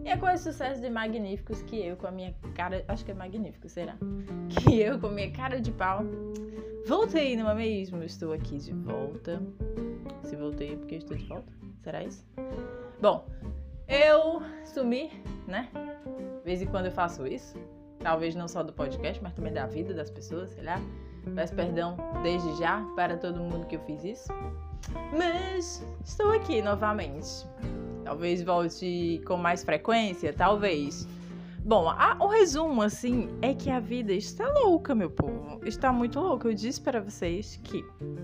E é com esse sucesso de Magníficos que eu com a minha cara... Acho que é Magnífico, será? Que eu com a minha cara de pau voltei, não é mesmo? Estou aqui de volta. Se voltei é porque estou de volta. Será isso? Bom, eu sumi, né? De vez em quando eu faço isso. Talvez não só do podcast, mas também da vida das pessoas, sei lá. Peço perdão desde já para todo mundo que eu fiz isso. Mas estou aqui novamente. Talvez volte com mais frequência, talvez. Bom, o resumo, assim, é que a vida está louca, meu povo. Está muito louca. Eu disse para vocês que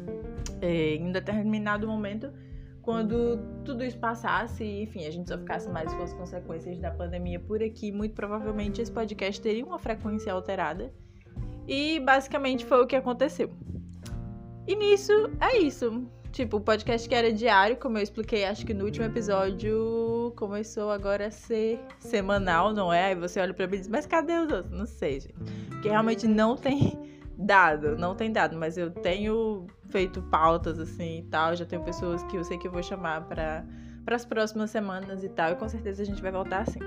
em determinado momento, quando tudo isso passasse, enfim, a gente só ficasse mais com as consequências da pandemia por aqui, muito provavelmente esse podcast teria uma frequência alterada. E basicamente foi o que aconteceu. E nisso, é isso. Tipo, o podcast que era diário, como eu expliquei, acho que no último episódio, começou agora a ser semanal, não é? Aí você olha pra mim e diz, mas cadê os outros? Não sei, gente. Porque realmente não tem dado, mas eu tenho feito pautas assim e tal, já tenho pessoas que eu sei que eu vou chamar para as próximas semanas e tal, e com certeza a gente vai voltar assim.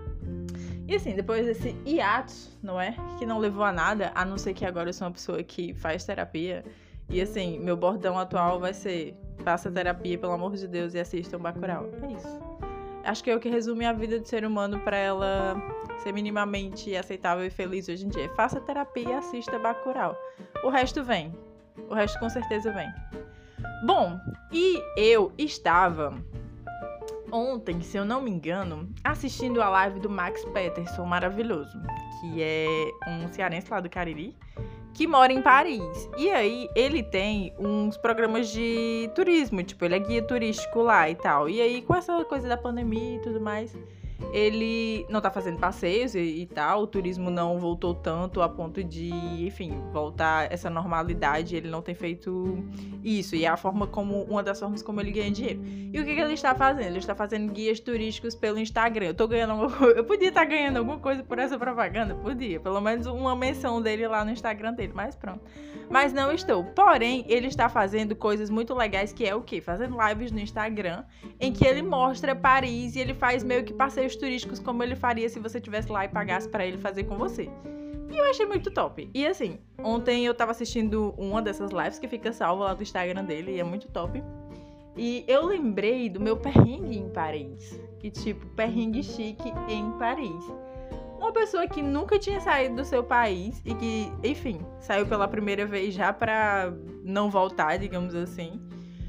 E assim, depois desse hiato, não é? Que não levou a nada, a não ser que agora eu sou uma pessoa que faz terapia. E assim, meu bordão atual vai ser: faça terapia, pelo amor de Deus, e assistam Bacurau. É isso. Acho que é o que resume a vida do ser humano pra ela ser minimamente aceitável e feliz hoje em dia. Faça terapia e assista Bacurau. O resto vem. O resto com certeza vem. Bom, e eu estava ontem, se eu não me engano, assistindo a live do Max Peterson, maravilhoso, que é um cearense lá do Cariri, que mora em Paris. E aí, ele tem uns programas de turismo, tipo, ele é guia turístico lá e tal. E aí, com essa coisa da pandemia e tudo mais, ele não tá fazendo passeios e tal, o turismo não voltou tanto a ponto de, enfim, voltar essa normalidade, ele não tem feito isso, e é uma das formas como ele ganha dinheiro. E o que ele está fazendo? Ele está fazendo guias turísticos pelo Instagram. Eu podia estar ganhando alguma coisa por essa propaganda? Podia, pelo menos uma menção dele lá no Instagram dele, mas pronto. Mas não estou. Porém, ele está fazendo coisas muito legais, que é o quê? Fazendo lives no Instagram, em que ele mostra Paris e ele faz meio que passeios turísticos como ele faria se você estivesse lá e pagasse pra ele fazer com você. E eu achei muito top. E assim, ontem eu tava assistindo uma dessas lives que fica salva lá do Instagram dele e é muito top. E eu lembrei do meu perrengue em Paris. Que tipo, perrengue chique em Paris. Uma pessoa que nunca tinha saído do seu país e que, enfim, saiu pela primeira vez já pra não voltar, digamos assim.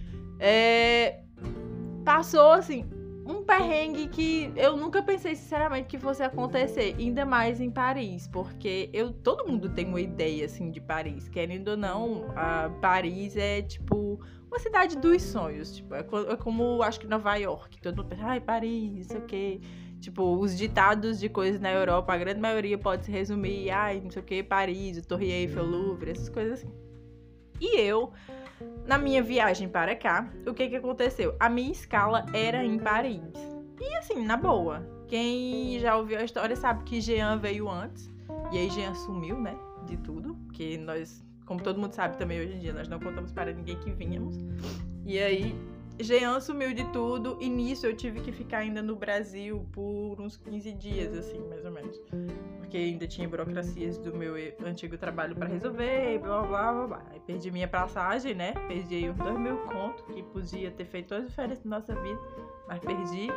Passou, assim, um perrengue que eu nunca pensei, sinceramente, que fosse acontecer, ainda mais em Paris, porque todo mundo tem uma ideia, assim, de Paris, querendo ou não, Paris é, tipo, uma cidade dos sonhos, tipo, é como, acho que Nova York, todo mundo pensa, ai, Paris, não sei o quê, tipo, os ditados de coisas na Europa, a grande maioria pode se resumir, ai, não sei o quê, Paris, o Torre Eiffel, Louvre, essas coisas assim. E eu, na minha viagem para cá, o que aconteceu? A minha escala era em Paris. E assim, na boa, quem já ouviu a história sabe que Jean veio antes. E aí Jean sumiu, né, de tudo. Porque nós, como todo mundo sabe também hoje em dia, nós não contamos para ninguém que vínhamos. E aí Jean sumiu de tudo. E nisso eu tive que ficar ainda no Brasil por uns 15 dias, assim, mais ou menos. Porque ainda tinha burocracias do meu antigo trabalho pra resolver, e blá, blá, blá, blá. Aí perdi minha passagem, né? Perdi aí uns 2.000 contos, que podia ter feito toda a diferença na nossa vida, mas perdi.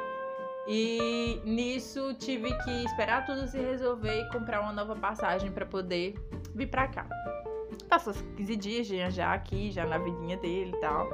E nisso tive que esperar tudo se resolver e comprar uma nova passagem pra poder vir pra cá. Passou 15 dias já aqui, já na vidinha dele e tal.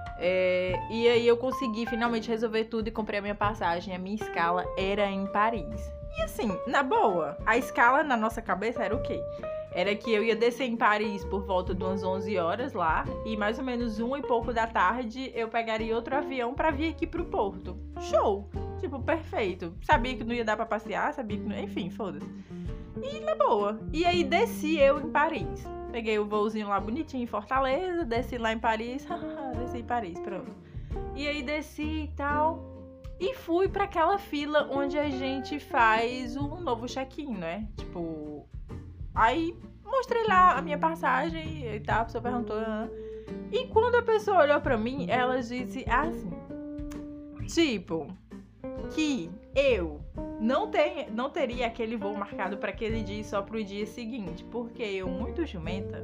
E aí eu consegui finalmente resolver tudo e comprei a minha passagem. A minha escala era em Paris. E assim, na boa, a escala na nossa cabeça era o quê? Era que eu ia descer em Paris por volta de umas 11 horas lá, e mais ou menos 1 e pouco da tarde eu pegaria outro avião pra vir aqui pro Porto. Show! Tipo, perfeito. Sabia que não ia dar pra passear, sabia que não... Enfim, foda-se. E na boa. E aí desci eu em Paris. Peguei o voozinho lá bonitinho em Fortaleza, desci lá em Paris. Desci em Paris, pronto. E aí desci e tal... E fui pra aquela fila onde a gente faz um novo check-in, né? Tipo... Aí mostrei lá a minha passagem e tal, a pessoa perguntou... E quando a pessoa olhou pra mim, ela disse assim... Tipo... que eu não teria aquele voo marcado para aquele dia e só pro dia seguinte, porque eu, muito jumenta,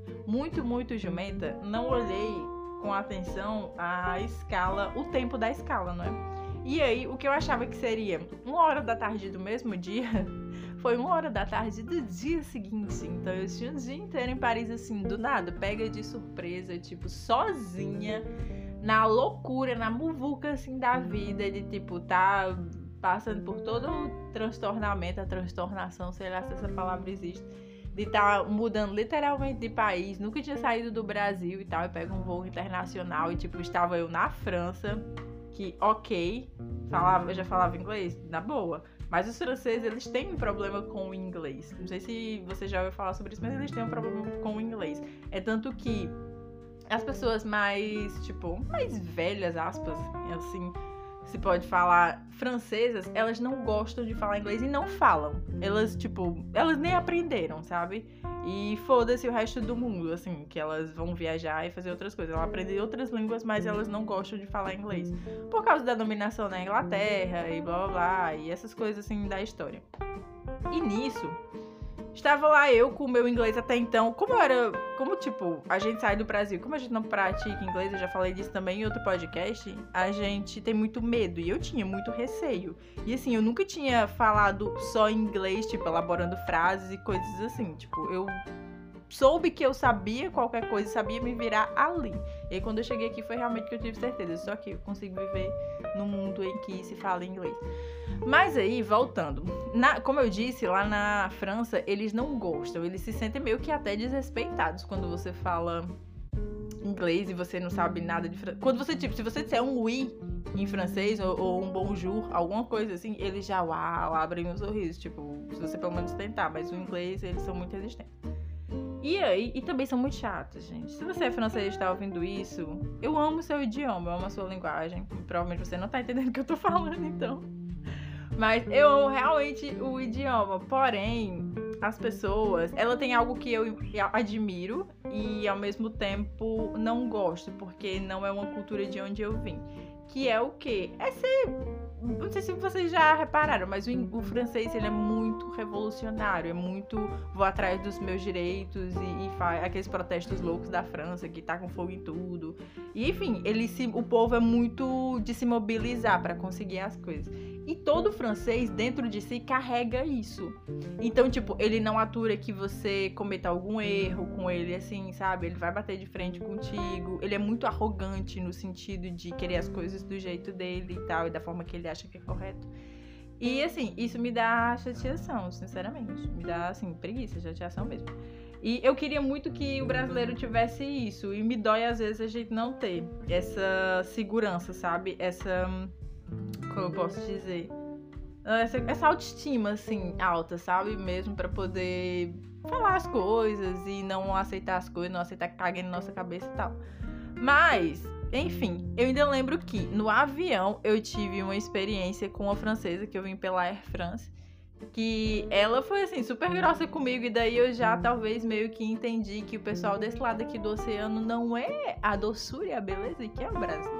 não olhei com atenção a escala, o tempo da escala, não é? E aí, o que eu achava que seria 1h da tarde do mesmo dia, foi 1h da tarde do dia seguinte. Então eu tinha um dia inteiro em Paris, assim, do nada, pega de surpresa, tipo, sozinha, na loucura, na muvuca, assim, da vida, de, tipo, tá passando por todo o transtornamento, a transtornação, sei lá se essa palavra existe, de estar mudando literalmente de país, nunca tinha saído do Brasil e tal, e pego um voo internacional e, tipo, estava eu na França, que, ok, eu já falava inglês, na boa, mas os franceses, eles têm um problema com o inglês. Não sei se você já ouviu falar sobre isso, mas eles têm um problema com o inglês. É tanto que as pessoas mais, tipo, mais velhas, aspas, assim, se pode falar, francesas, elas não gostam de falar inglês e não falam. Elas, tipo, elas nem aprenderam, sabe? E foda-se o resto do mundo, assim, que elas vão viajar e fazer outras coisas. Elas aprendem outras línguas, mas elas não gostam de falar inglês. Por causa da dominação na Inglaterra e blá blá blá, e essas coisas, assim, da história. E nisso, estava lá eu com o meu inglês até então, como tipo, a gente sai do Brasil, como a gente não pratica inglês, eu já falei disso também em outro podcast, a gente tem muito medo, e eu tinha muito receio. E assim, eu nunca tinha falado só inglês, tipo, elaborando frases e coisas assim, tipo, eu soube que eu sabia qualquer coisa, sabia me virar ali. E aí, quando eu cheguei aqui, foi realmente que eu tive certeza, só que eu consigo viver num mundo em que se fala inglês. Mas aí, voltando, como eu disse, lá na França, eles não gostam, eles se sentem meio que até desrespeitados quando você fala inglês e você não sabe nada de francês. Quando você, tipo, se você disser um oui em francês ou um bonjour, alguma coisa assim, eles já, uau, abrem um sorriso, tipo, se você pelo menos tentar, mas o inglês, eles são muito resistentes. E aí, e também são muito chatos, gente. Se você é francês e está ouvindo isso, eu amo o seu idioma, eu amo a sua linguagem. Provavelmente você não tá entendendo o que eu tô falando, então. Mas eu amo realmente o idioma. Porém, as pessoas, ela tem algo que eu admiro e ao mesmo tempo não gosto, porque não é uma cultura de onde eu vim. Que é o quê? Não sei se vocês já repararam, mas o francês, ele é muito revolucionário, é muito, vou atrás dos meus direitos e faz aqueles protestos loucos da França, que tá com fogo em tudo. E enfim, o povo é muito de se mobilizar para conseguir as coisas. E todo francês, dentro de si, carrega isso. Então, tipo, ele não atura que você cometa algum erro com ele, assim, sabe? Ele vai bater de frente contigo. Ele é muito arrogante no sentido de querer as coisas do jeito dele e tal, e da forma que ele acha que é correto. E, assim, isso me dá chateação, sinceramente. Me dá, assim, preguiça, chateação mesmo. E eu queria muito que o brasileiro tivesse isso. E me dói, às vezes, a gente não ter essa segurança, sabe? Como eu posso dizer? Essa autoestima, assim, alta, sabe? Mesmo pra poder falar as coisas e não aceitar as coisas, não aceitar que caguem na nossa cabeça e tal. Mas, enfim, eu ainda lembro que no avião eu tive uma experiência com uma francesa que eu vim pela Air France, que ela foi, assim, super grossa comigo, e daí eu já talvez meio que entendi que o pessoal desse lado aqui do oceano não é a doçura e a beleza que é o brasileiro.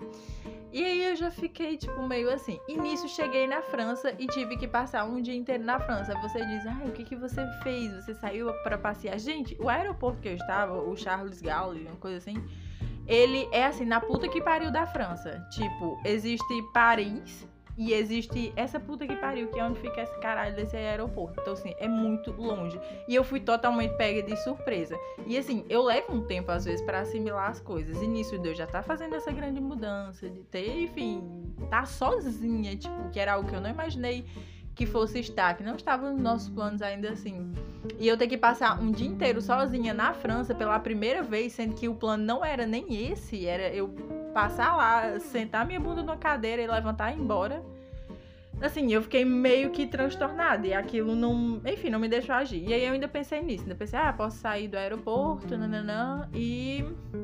E aí eu já fiquei, tipo, meio assim. E nisso cheguei na França e tive que passar um dia inteiro na França. Você diz, o que você fez? Você saiu pra passear? Gente, o aeroporto que eu estava, o Charles de Gaulle, uma coisa assim, ele é assim, na puta que pariu da França. Tipo, existe Paris e existe essa puta que pariu, que é onde fica esse caralho desse aeroporto. Então, assim, é muito longe. E eu fui totalmente pega de surpresa. E, assim, eu levo um tempo, às vezes, pra assimilar as coisas. E nisso, Deus já tá fazendo essa grande mudança de ter, enfim, tá sozinha, tipo, que era algo que eu não imaginei que fosse estar, que não estava nos nossos planos ainda assim. E eu ter que passar um dia inteiro sozinha na França pela primeira vez, sendo que o plano não era nem esse, era eu passar lá, sentar minha bunda numa cadeira e levantar e ir embora. Assim, eu fiquei meio que transtornada e aquilo não, enfim, não me deixou agir. E aí eu ainda pensei nisso, ainda pensei, posso sair do aeroporto, nananã, e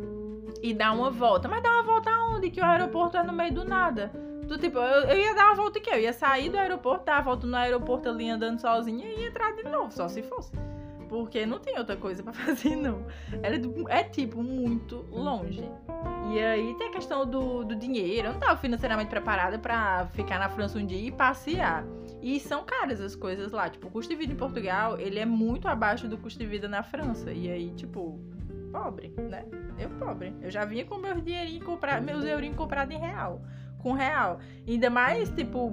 dar uma volta. Mas dar uma volta aonde? Que o aeroporto é no meio do nada. Tipo, eu ia dar uma volta eu ia sair do aeroporto, dar a volta no aeroporto ali andando sozinha e entrar de novo, só se fosse. Porque não tem outra coisa pra fazer, não. É tipo muito longe. E aí tem a questão do dinheiro. Eu não tava financeiramente preparada pra ficar na França um dia e passear. E são caras as coisas lá. Tipo, o custo de vida em Portugal, ele é muito abaixo do custo de vida na França. E aí, tipo, pobre, né? Eu pobre. Eu já vinha com meus dinheirinhos meus eurinhos comprados em real. Com real. Ainda mais, tipo,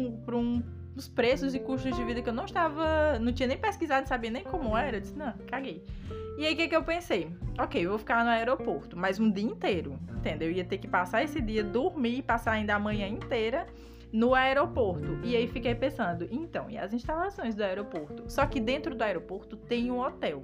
os preços e custos de vida que eu não tinha nem pesquisado, não sabia nem como era. Eu disse, não, caguei. E aí, o que eu pensei? Ok, eu vou ficar no aeroporto, mas um dia inteiro, entendeu? Eu ia ter que passar esse dia, dormir, passar ainda a manhã inteira no aeroporto. E aí, fiquei pensando, então, e as instalações do aeroporto? Só que dentro do aeroporto tem um hotel.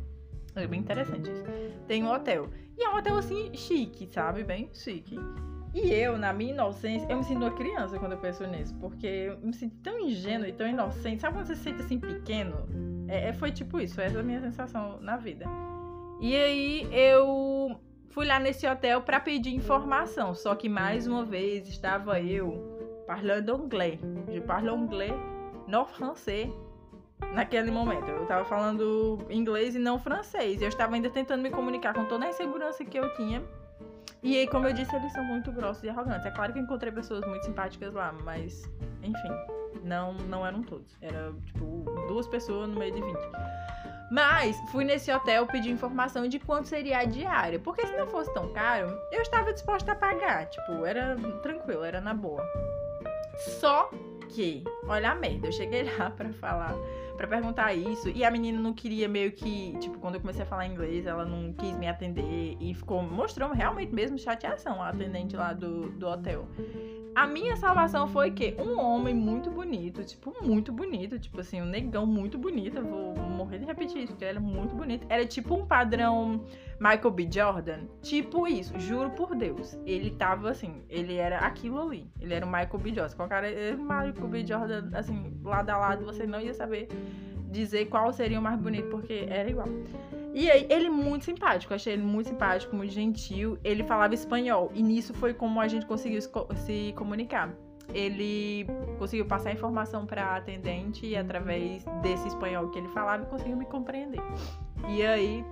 É bem interessante isso. Tem um hotel. E é um hotel, assim, chique, sabe? Bem chique. E eu, na minha inocência, eu me sinto uma criança quando eu penso nisso, porque eu me sinto tão ingênua e tão inocente. Sabe quando você se sente assim pequeno? Foi tipo isso, essa é a minha sensação na vida. E aí eu fui lá nesse hotel pra pedir informação, só que mais uma vez estava eu parlando anglais. Je parle anglais, não francês. Naquele momento, eu tava falando inglês e não francês. E eu estava ainda tentando me comunicar com toda a insegurança que eu tinha. E aí, como eu disse, eles são muito grossos e arrogantes. É claro que eu encontrei pessoas muito simpáticas lá, mas, enfim, não eram todos. Era, tipo, 2 pessoas no meio de 20. Mas, fui nesse hotel pedir informação de quanto seria a diária. Porque se não fosse tão caro, eu estava disposta a pagar. Tipo, era tranquilo, era na boa. Só que, olha a merda, eu cheguei lá pra perguntar isso, e a menina não queria meio que, tipo, quando eu comecei a falar inglês, ela não quis me atender e mostrou realmente mesmo chateação, a atendente lá do hotel. A minha salvação foi que um homem muito bonito, tipo assim, um negão muito bonito, eu vou morrer de repetir isso, porque ele era muito bonito, era tipo um padrão Michael B. Jordan, tipo isso, juro por Deus, ele tava assim, ele era aquilo ali, ele era o Michael B. Jordan, qualquer Michael B. Jordan, assim, lado a lado, você não ia saber dizer qual seria o mais bonito, porque era igual. E aí, ele muito simpático, achei ele muito simpático, muito gentil. Ele falava espanhol, e nisso foi como a gente conseguiu se comunicar. Ele conseguiu passar informação pra atendente, e através desse espanhol que ele falava, conseguiu me compreender. E aí,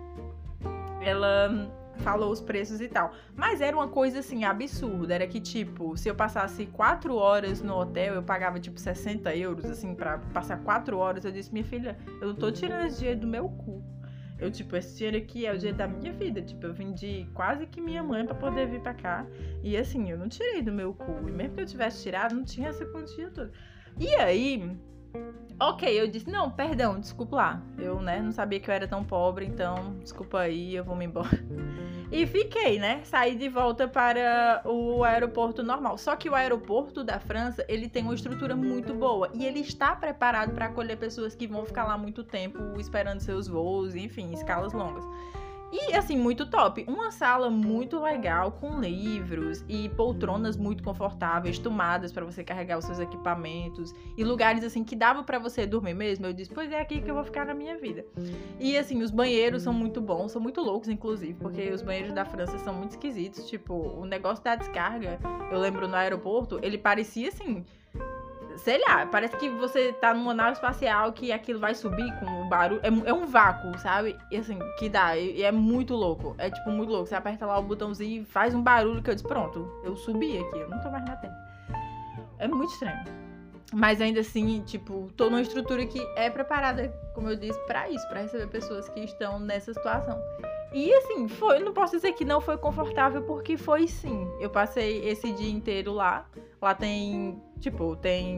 ela falou os preços e tal. Mas era uma coisa, assim, absurda. Era que, tipo, se eu passasse 4 horas no hotel, eu pagava, tipo, 60 euros, assim, pra passar 4 horas. Eu disse, minha filha, eu não tô tirando esse dinheiro do meu cu. Esse dinheiro aqui é o dinheiro da minha vida. Tipo, eu vendi quase que minha mãe pra poder vir pra cá. E, assim, eu não tirei do meu cu. E mesmo que eu tivesse tirado, não tinha essa quantia toda. E aí... Ok, eu disse, não, perdão, desculpa lá. Eu, né, não sabia que eu era tão pobre, então, desculpa aí, eu vou me embora. E fiquei, né, saí de volta para o aeroporto normal. Só que o aeroporto da França, ele tem uma estrutura muito boa. E ele está preparado para acolher pessoas que vão ficar lá muito tempo, esperando seus voos, enfim, escalas longas. E, assim, muito top. Uma sala muito legal, com livros e poltronas muito confortáveis, tomadas pra você carregar os seus equipamentos. E lugares, assim, que dava pra você dormir mesmo. Eu disse, pois é aqui que eu vou ficar na minha vida. E, assim, os banheiros são muito bons, são muito loucos, inclusive, porque os banheiros da França são muito esquisitos. Tipo, o negócio da descarga, eu lembro no aeroporto, ele parecia, assim... Sei lá, parece que você tá numa nave espacial que aquilo vai subir com o barulho. É um vácuo, sabe? E assim, que dá. E é muito louco. É tipo muito louco. Você aperta lá o botãozinho e faz um barulho que eu disse, pronto, eu subi aqui, eu não tô mais na Terra. É muito estranho. Mas ainda assim, tipo, tô numa estrutura que é preparada, como eu disse, pra isso, pra receber pessoas que estão nessa situação. E assim, não posso dizer que não foi confortável, porque foi sim. Eu passei esse dia inteiro lá. Lá tem, tipo,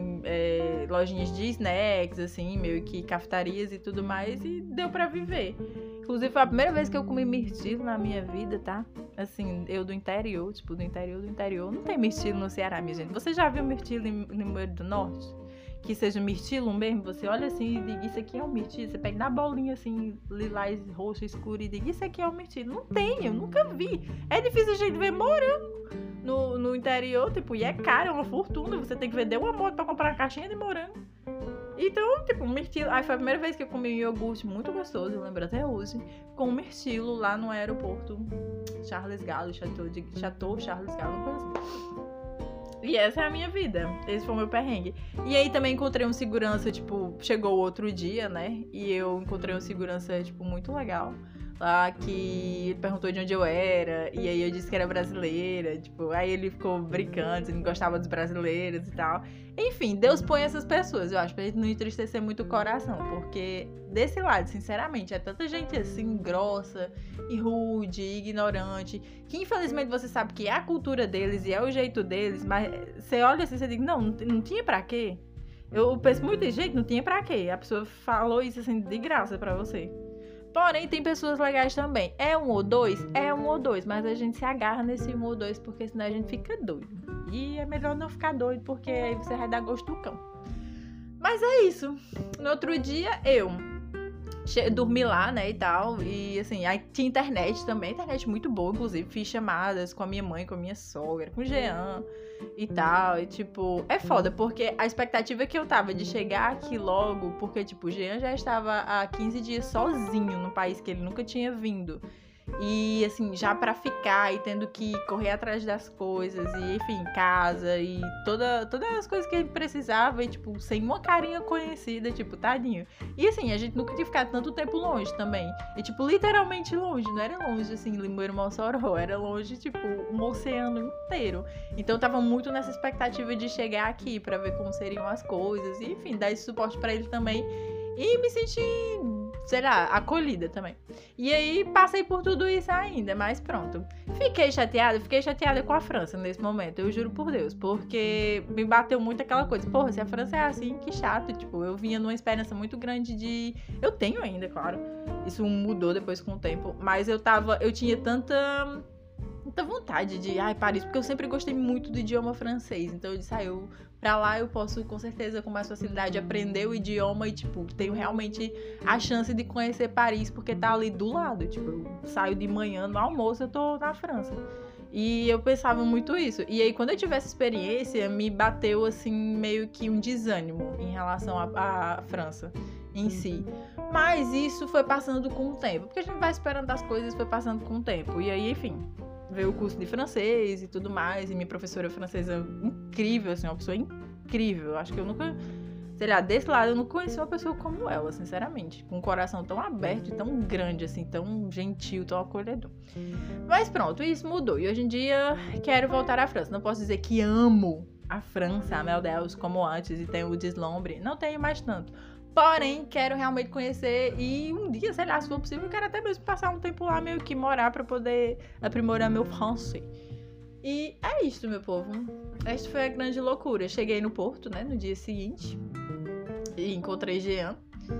lojinhas de snacks, assim, meio que cafetarias e tudo mais, e deu pra viver. Inclusive, foi a primeira vez que eu comi mirtilo na minha vida, tá? Assim, eu do interior, tipo, do interior. Não tem mirtilo no Ceará, minha gente. Você já viu mirtilo no meio do norte? Que seja mirtilo mesmo, você olha assim e diga, isso aqui é um mirtilo. Você pega na bolinha assim, lilás, roxo, escuro, e diga, isso aqui é um mirtilo. Não tem, eu nunca vi. É difícil a gente ver morango no interior, tipo, e é caro, é uma fortuna. Você tem que vender uma moto pra comprar uma caixinha de morango. Então, tipo, mirtilo. Aí foi a primeira vez que eu comi um iogurte muito gostoso, eu lembro até hoje, com mirtilo lá no aeroporto Charles Gaulle, Chateau Charles Gaulle, uma coisa assim. E essa é a minha vida. Esse foi o meu perrengue. E aí também encontrei um segurança, tipo, chegou outro dia, né? E eu encontrei um segurança, tipo, muito legal. lá que ele perguntou de onde eu era, e aí eu disse que era brasileira, tipo, aí ele ficou brincando, dizendo que gostava dos brasileiros e tal. Enfim, Deus põe essas pessoas, eu acho, pra gente não entristecer muito o coração, porque desse lado, sinceramente, é tanta gente assim, grossa e rude, e ignorante, que infelizmente você sabe que é a cultura deles e é o jeito deles, mas você olha assim e você diz, não tinha pra quê? Eu penso muito, gente, não tinha pra quê? A pessoa falou isso assim de graça pra você. Porém, tem pessoas legais também. É um ou dois? É um ou dois. Mas a gente se agarra nesse um ou dois, porque senão a gente fica doido. E é melhor não ficar doido, porque aí você vai dar gosto do cão. Mas é isso. No outro dia, eu dormi lá, né, e tal. E, assim, aí tinha internet também. Internet muito boa, inclusive. Fiz chamadas com a minha mãe, com a minha sogra, com o Jean e tal. E, tipo, é foda, porque a expectativa que eu tava de chegar aqui logo, porque, tipo, o Jean já estava há 15 dias sozinho no país que ele nunca tinha vindo. E, assim, já pra ficar e tendo que correr atrás das coisas, e, enfim, casa e todas as coisas que ele precisava, e, tipo, sem uma carinha conhecida, tipo, tadinho. E, assim, a gente nunca tinha ficado tanto tempo longe também. E, tipo, literalmente longe, não era longe, assim, Limoeiro, Mossoró, era longe, tipo, um oceano inteiro. Então, eu tava muito nessa expectativa de chegar aqui pra ver como seriam as coisas, e, enfim, dar esse suporte pra ele também. E me senti, sei lá, acolhida também. E aí, passei por tudo isso ainda, mas pronto. Fiquei chateada com a França nesse momento, eu juro por Deus. Porque me bateu muito aquela coisa. Porra, se a França é assim, que chato. Tipo, eu vinha numa esperança muito grande de... Eu tenho ainda, claro. Isso mudou depois com o tempo. Mas eu tinha tanta vontade de ir Paris, porque eu sempre gostei muito do idioma francês. Então eu disse, pra lá eu posso com certeza com mais facilidade aprender o idioma e, tipo, tenho realmente a chance de conhecer Paris, porque tá ali do lado. Tipo, eu saio de manhã, no almoço eu tô na França. E eu pensava muito isso. E aí, quando eu tive essa experiência, me bateu, assim, meio que um desânimo em relação à França em si. Mas isso foi passando com o tempo, porque a gente vai esperando as coisas, foi passando com o tempo. E aí, enfim, veio o curso de francês e tudo mais, e minha professora francesa incrível, assim, uma pessoa incrível. Acho que eu nunca, sei lá, desse lado eu não conheci uma pessoa como ela, sinceramente, com um coração tão aberto e tão grande, assim, tão gentil, tão acolhedor. Mas pronto, isso mudou, e hoje em dia quero voltar à França. Não posso dizer que amo a França, meu Deus, como antes, e tenho o deslumbre, não tenho mais tanto. Porém, quero realmente conhecer e um dia, sei lá, se for possível, eu quero até mesmo passar um tempo lá, meio que morar pra poder aprimorar meu francês. E é isso, meu povo. Esta foi a grande loucura. Cheguei no Porto, né, no dia seguinte e encontrei Jean.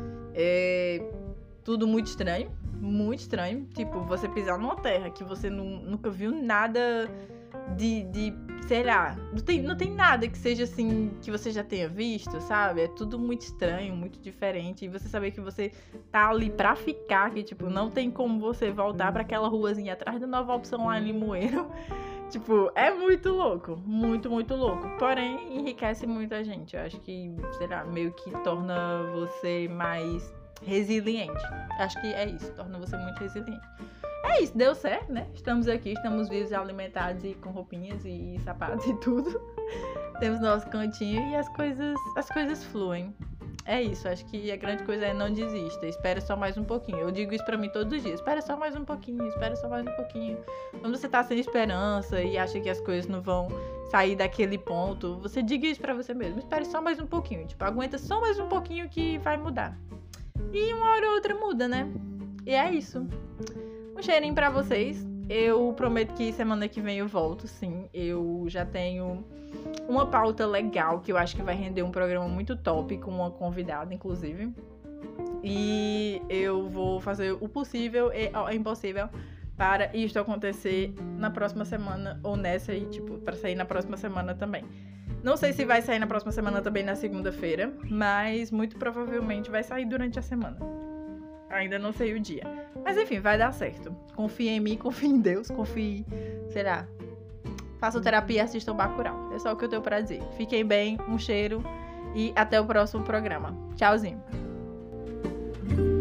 Tudo muito estranho, muito estranho. Tipo, você pisar numa terra que você nunca viu nada de sei lá, não tem nada que seja assim, que você já tenha visto, sabe? É tudo muito estranho, muito diferente. E você saber que você tá ali pra ficar, que, tipo, não tem como você voltar pra aquela ruazinha atrás da Nova Opção lá em Limoeiro. Tipo, é muito louco, muito, muito louco. Porém, enriquece muito a gente. Eu acho que, sei lá, meio que torna você mais resiliente. Acho que é isso, torna você muito resiliente. É isso, deu certo, né? Estamos aqui, estamos vivos, alimentados e com roupinhas e sapatos e tudo. Temos nosso cantinho e as coisas fluem. É isso, acho que a grande coisa é não desista. Espera só mais um pouquinho. Eu digo isso pra mim todos os dias. Espera só mais um pouquinho, espera só mais um pouquinho. Quando você tá sem esperança e acha que as coisas não vão sair daquele ponto, você diga isso pra você mesmo. Espere só mais um pouquinho. Tipo, aguenta só mais um pouquinho que vai mudar. E uma hora ou outra muda, né? E é isso. Um cheirinho pra vocês. Eu prometo que semana que vem eu volto, sim. Eu já tenho uma pauta legal que eu acho que vai render um programa muito top com uma convidada, inclusive. E eu vou fazer o possível e o impossível para isto acontecer na próxima semana ou nessa aí, tipo, para sair na próxima semana também. Não sei se vai sair na próxima semana também na segunda-feira, mas muito provavelmente vai sair durante a semana. Ainda não sei o dia. Mas enfim, vai dar certo. Confie em mim, confie em Deus, confie, sei lá. Façam terapia e assistam Bacurau. É só o que eu tenho pra dizer. Fiquem bem, um cheiro e até o próximo programa. Tchauzinho.